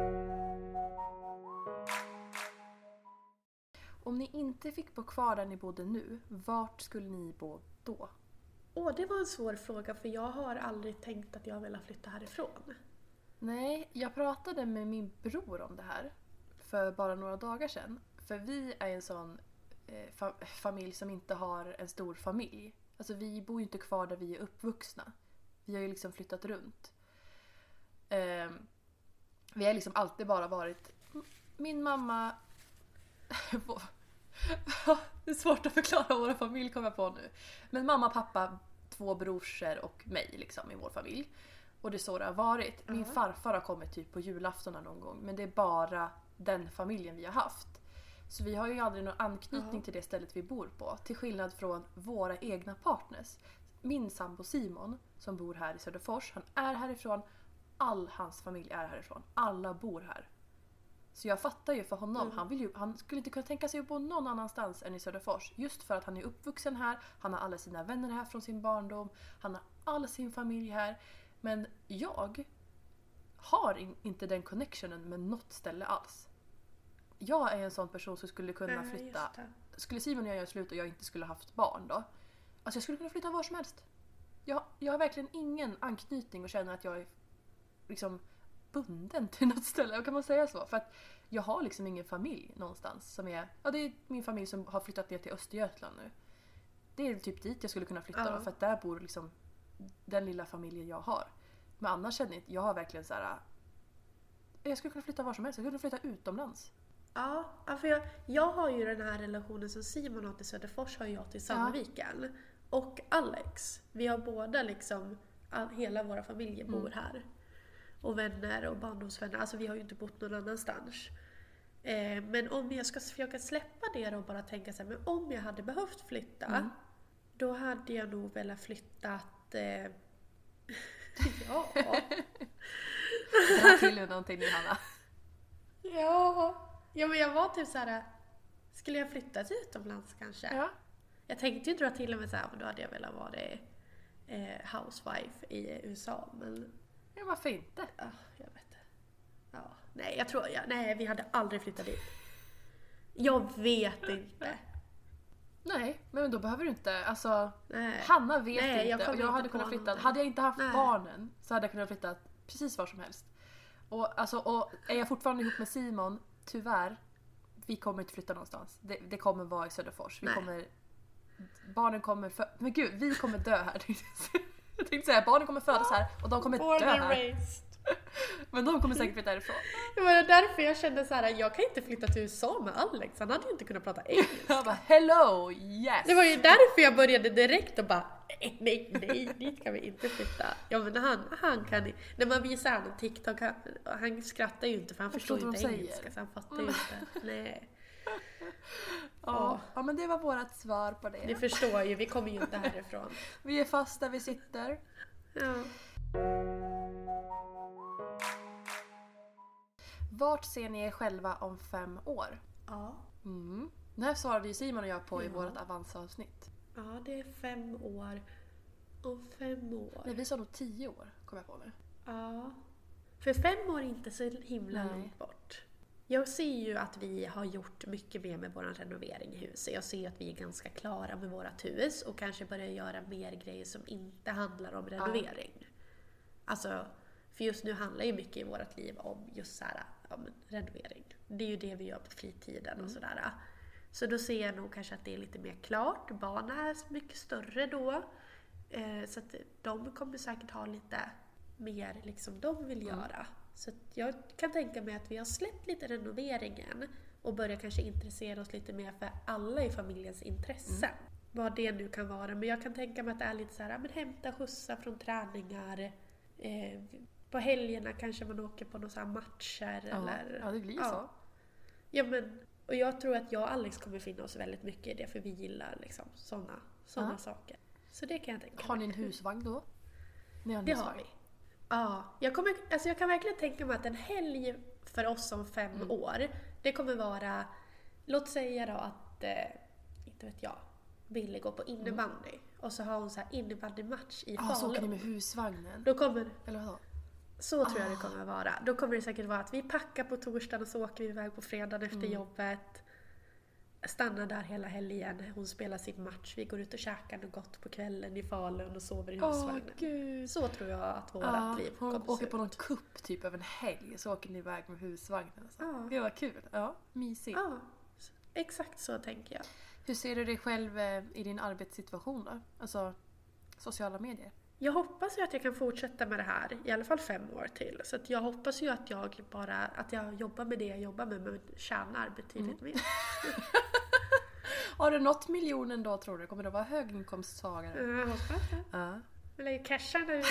Om ni inte fick bo kvar där ni bodde nu, vart skulle ni bo då? Det var en svår fråga för jag har aldrig tänkt att jag vill flytta härifrån. Nej, jag pratade med min bror om det här för bara några dagar sedan. För vi är en sån familj som inte har en stor familj. Alltså vi bor ju inte kvar där vi är uppvuxna. Vi har ju liksom flyttat runt. Vi har liksom alltid bara varit min mamma... Det är svårt att förklara vår familj kommer jag på nu. Men mamma, pappa, 2 brorsor och mig liksom i vår familj. Och det är så det har varit. Min farfar har kommit typ på julafton någon gång. Men det är bara den familjen vi har haft. Så vi har ju aldrig någon anknytning till det stället vi bor på. Till skillnad från våra egna partners. Min sambo Simon som bor här i Söderfors. Han är härifrån. All hans familj är härifrån. Alla bor här. Så jag fattar ju för honom, han skulle inte kunna tänka sig att bo någon annanstans än i Söderfors. Just för att han är uppvuxen här, han har alla sina vänner här från sin barndom, han har all sin familj här. Men jag har inte den connectionen med något ställe alls. Jag är en sån person som skulle kunna flytta. Skulle Simon och jag göra slut och jag inte skulle haft barn då? Alltså jag skulle kunna flytta var som helst. Jag har verkligen ingen anknytning och känner att jag är liksom bunden till något ställe. Kan man säga så? För att jag har liksom ingen familj någonstans som är... Ja, det är min familj som har flyttat ner till Östergötland nu. Det är typ dit jag skulle kunna flytta då, för att där bor liksom den lilla familjen jag har. Men annars känner jag inte... Jag har verkligen så här... Jag skulle kunna flytta var som helst. Jag skulle kunna flytta utomlands. Ja, för jag har ju den här relationen som Simon har till Söderfors har jag till Sandviken. Och Alex. Vi har båda liksom... Hela våra familjer bor här. Och vänner och barndomsvänner. Alltså vi har ju inte bott någon annanstans. Men om jag ska försöka släppa det och bara tänka så här, men om jag hade behövt flytta, då hade jag nog velat flyttat... ja. Dra till någonting nu, Hanna. Ja, men jag var typ så här, skulle jag flytta till utomlands kanske? Ja. Jag tänkte ju dra till med så här, men då hade jag velat vara housewife i USA, men... Ja, varför inte? Ja, jag vet inte. Ja, nej, vi hade aldrig flyttat dit. Jag vet inte. Nej, men då behöver du inte. Alltså, Hanna vet inte. Jag hade kunnat flytta. Hade jag inte haft barnen så hade jag kunnat flytta precis var som helst. Och är jag fortfarande ihop med Simon, tyvärr, vi kommer inte flytta någonstans. Det kommer vara i Söderfors. Barnen kommer men gud, vi kommer dö här. Jag tänkte säga, barnen kommer födas här och de kommer dö här. Men de kommer säkert flytta därifrån. Det var därför jag kände så här, jag kan inte flytta till USA med Alex. Han hade ju inte kunnat prata engelska. Jag bara, hello, yes. Det var ju därför jag började direkt och bara, nej, dit kan vi inte flytta. Ja, men han kan, när man visar han en TikTok, han skrattar ju inte för han förstår inte engelska. Så han fattar ju inte, nej. Ja, men det var vårat svar på det. Ni förstår ju, vi kommer ju inte härifrån. Vi är fast där vi sitter. Ja. Vart ser ni er själva om 5 år? Ja. Det här svarade ju Simon och jag på i vårt avansavsnitt. Ja, det är 5 år. Om 5 år. Nej, vi sa nog 10 år, kom jag på nu. Ja. För 5 år är inte så himla långt bort. Jag ser ju att vi har gjort mycket mer med vår renovering i huset. Jag ser att vi är ganska klara med vårat hus och kanske börjar göra mer grejer som inte handlar om renovering. Alltså, för just nu handlar ju mycket i vårt liv om just så här, renovering. Det är ju det vi gör på fritiden och sådär. Så då ser jag nog kanske att det är lite mer klart. Barnen är mycket större då. Så att de kommer säkert ha lite mer liksom de vill göra. Så att jag kan tänka mig att vi har släppt lite renoveringen och börjar kanske intressera oss lite mer för alla i familjens intressen. Vad det nu kan vara. Men jag kan tänka mig att det är lite så här, men hämta skjutsa från träningar. På helgerna kanske man åker på några matcher. Ja, det blir så. Ja, men, och jag tror att jag och Alex kommer finna oss väldigt mycket i det. För vi gillar liksom såna saker. Så det kan jag tänka mig. Har ni en husvagn då? Det har vi. Ja, jag kan verkligen tänka mig att en helg för oss om 5 år, det kommer vara, låt säga då att, inte vet jag, Billy går på innebandy och så har hon så här innebandymatch i Falun. Så åker ni med husvagnen? Då kommer, eller vadå? Så tror jag det kommer vara. Då kommer det säkert vara att vi packar på torsdagen och så åker vi iväg på fredagen efter jobbet. Stannar där hela helgen. Hon spelar sin match. Vi går ut och käkar något gott på kvällen i Falun och sover i husvagnen. Gud. Så tror jag att vårat liv kommer att åker på någon kupp typ över en helg så åker ni iväg med husvagnen. Alltså. Det var kul. Ja, mysigt. Ja, exakt så tänker jag. Hur ser du dig själv i din arbetssituation då? Alltså sociala medier? Jag hoppas ju att jag kan fortsätta med det här i alla fall 5 år till. Så att jag hoppas ju att jag jobbar med det jag jobbar med men tjänar betydligt mer. Har du nått miljonen då tror du? Kommer du vara höginkomsttagare? Jag hoppas det. Ja. Eller ju casha nu.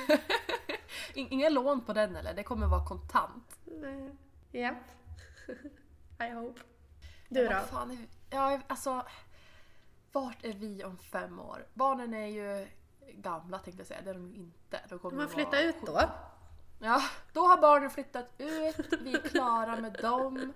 Inga lån på den eller? Det kommer vara kontant. Ja. I hope. Du då? Alltså, vart är vi om 5 år? Barnen är ju gamla tänkte jag säga. Det är de inte. De kommer man flyttar ut då? Ja, då har barnen flyttat ut. Vi är klara med dem.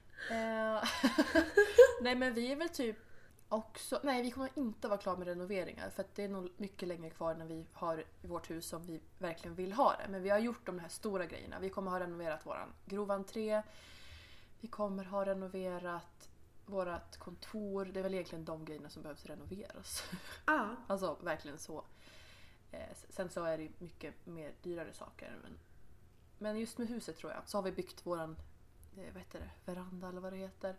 Nej, men vi är väl typ också... Nej, vi kommer inte vara klara med renoveringar. För att det är nog mycket längre kvar när vi har i vårt hus som vi verkligen vill ha det. Men vi har gjort de här stora grejerna. Vi kommer ha renoverat våran grovantré. Vi kommer ha renoverat vårat kontor. Det är väl egentligen de grejerna som behövs renoveras. Alltså verkligen så. Sen så är det mycket mer dyrare saker. Men just med huset tror jag. Så har vi byggt våran veranda eller vad det heter.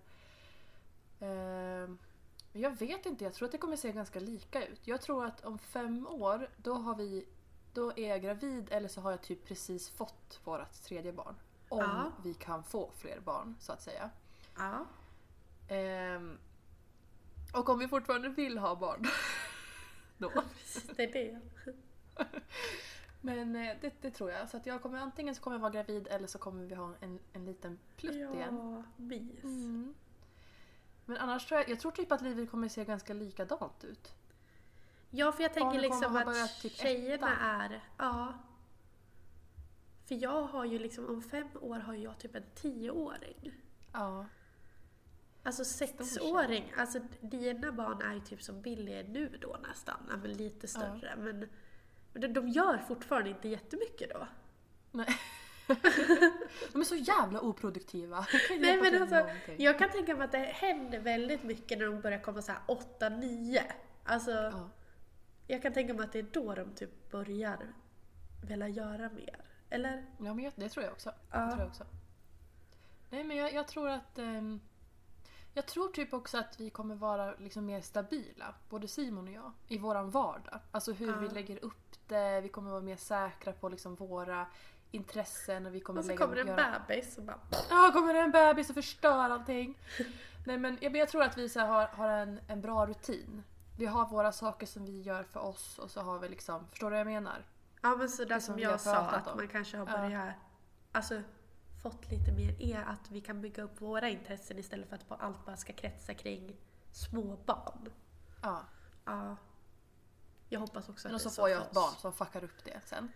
Jag vet inte. Jag tror att det kommer se ganska lika ut. Jag tror att om 5 år då är jag gravid eller så har jag typ precis fått vårat 3:e barn. Om vi kan få fler barn så att säga. Och om vi fortfarande vill ha barn då. Det är det. Men det tror jag. Så att antingen så kommer jag vara gravid eller så kommer vi ha en liten plutt igen. Bis. Men annars tror jag tror typ att livet kommer se ganska likadant ut. Ja, för jag tänker liksom att typ tjejerna är... Ja. För jag har ju liksom, om 5 år har jag typ en 10-åring. Ja. Alltså 6-åring. Alltså dina barn är ju typ som Billy är nu då nästan. Är väl lite större. Men de gör fortfarande inte jättemycket då. Nej. De är så jävla oproduktiva. Nej, men alltså, jag kan tänka mig att det händer väldigt mycket när de börjar komma så här 8-9. Alltså, jag kan tänka mig att det är då de typ börjar vilja göra mer. Eller? Ja, men det tror jag också. Nej, men jag tror att... jag tror typ också att vi kommer vara liksom mer stabila, både Simon och jag, i våran vardag. Alltså hur vi lägger upp det, vi kommer vara mer säkra på liksom våra intressen och vi kommer och så kommer det en bebis och bara... Ja, kommer det en bebis och förstör allting. Nej, men jag tror att vi så har en bra rutin. Vi har våra saker som vi gör för oss och så har vi liksom, förstår du vad jag menar? Ja, men så där som jag sa, att man kanske har börjat... Alltså, fått lite mer att vi kan bygga upp våra intressen istället för att allt bara ska kretsa kring små barn. Ja. Ja. Jag hoppas också att och så får jag ett barn som fuckar upp det sen.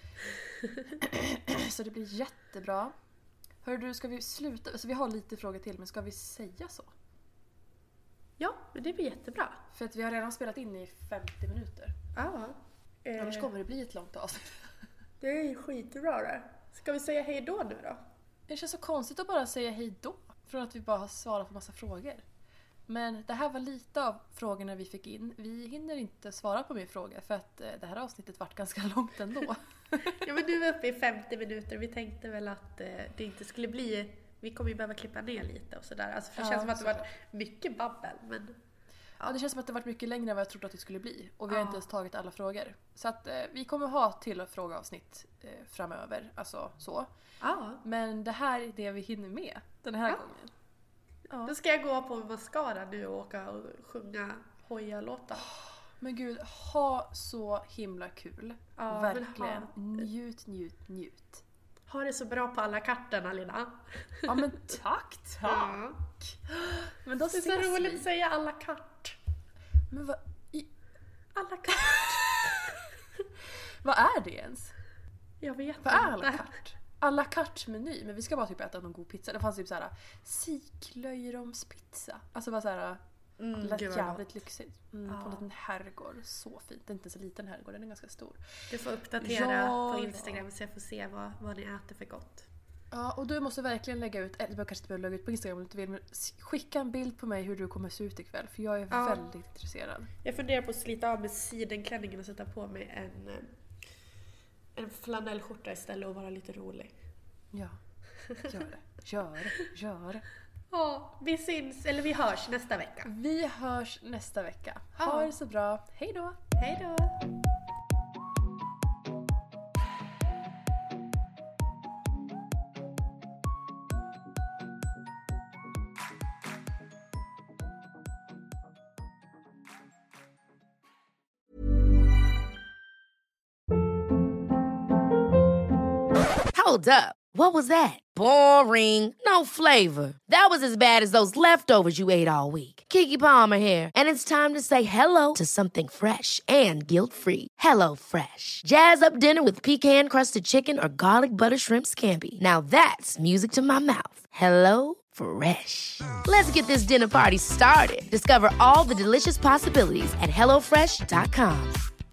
Så det blir jättebra. Hör du, ska vi sluta? Alltså, vi har lite frågor till, men ska vi säga så? Ja, men det blir jättebra. För att vi har redan spelat in i 50 minuter. Ja. Annars kommer det bli ett långt avsnitt. Det är ju skitbra det. Ska vi säga hej då nu då? Det känns så konstigt att bara säga hej då. För att vi bara har svarat på massa frågor. Men det här var lite av frågorna vi fick in. Vi hinner inte svara på mer frågor för att det här avsnittet vart ganska långt ändå. Ja, men nu är vi uppe i 50 minuter. Vi tänkte väl att det inte skulle bli... Vi kommer ju behöva klippa ner lite och sådär. Alltså, för det känns som att det var mycket babbel. Men... Ja, det känns som att det varit mycket längre än vad jag trodde att det skulle bli. Och vi har inte ens tagit alla frågor. Så att vi kommer ha till frågeavsnitt framöver. Alltså så. Men det här är det vi hinner med den här gången. Ja. Då ska jag gå på mascara nu och åka och sjunga Hoja-låtar. Men gud, ha så himla kul. Verkligen. Njut. Ha det så bra på alla kartorna, Lina. Ja, men tack. Ja. Men då det är så roligt att säga alla kart. Men vad... Alla kart. Vad är det ens? Jag vet vad är alla kart? Alla kartmeny. Men vi ska bara typ äta någon god pizza. Det fanns typ såhär siklöjromspizza. Alltså bara såhär lät jävligt lyxigt. På en liten herrgård. Så fint. Det är inte så liten herrgård, den är ganska stor. Du får uppdatera på Instagram så jag får se vad ni äter för gott. Ja, och du måste verkligen lägga ut, eller kanske inte behöva lägga ut på Instagram om du inte vill, men skicka en bild på mig hur du kommer se ut ikväll. För jag är väldigt intresserad. Jag funderar på att slita av med sidenklänningen och sätta på mig en flanellskjorta istället och vara lite rolig. Ja, gör det. Ja, vi hörs nästa vecka. Vi hörs nästa vecka. Ha det så bra. Hej då. Hej då. Hold up. What was that? Boring. No flavor. That was as bad as those leftovers you ate all week. Keke Palmer here, and it's time to say hello to something fresh and guilt-free. Hello Fresh. Jazz up dinner with pecan-crusted chicken or garlic butter shrimp scampi. Now that's music to my mouth. Hello Fresh. Let's get this dinner party started. Discover all the delicious possibilities at hellofresh.com.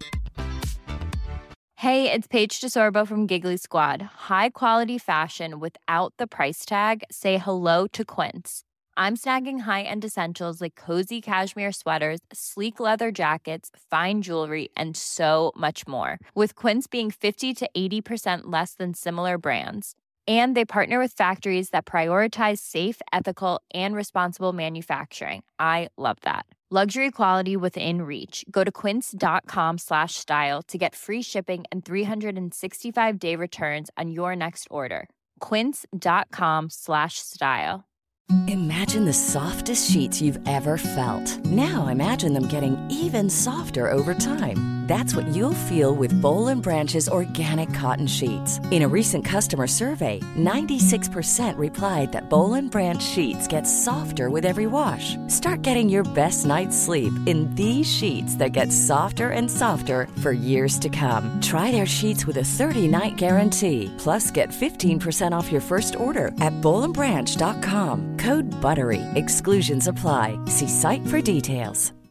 Hey, it's Paige DeSorbo from Giggly Squad. High quality fashion without the price tag. Say hello to Quince. I'm snagging high-end essentials like cozy cashmere sweaters, sleek leather jackets, fine jewelry, and so much more. With Quince being 50 to 80% less than similar brands. And they partner with factories that prioritize safe, ethical, and responsible manufacturing. I love that. Luxury quality within reach. Go to quince.com/style to get free shipping and 365-day returns on your next order. Quince.com/style. Imagine the softest sheets you've ever felt. Now imagine them getting even softer over time. That's what you'll feel with Boll & Branch's organic cotton sheets. In a recent customer survey, 96% replied that Boll & Branch sheets get softer with every wash. Start getting your best night's sleep in these sheets that get softer and softer for years to come. Try their sheets with a 30-night guarantee. Plus, get 15% off your first order at bollandbranch.com. Code BUTTERY. Exclusions apply. See site for details.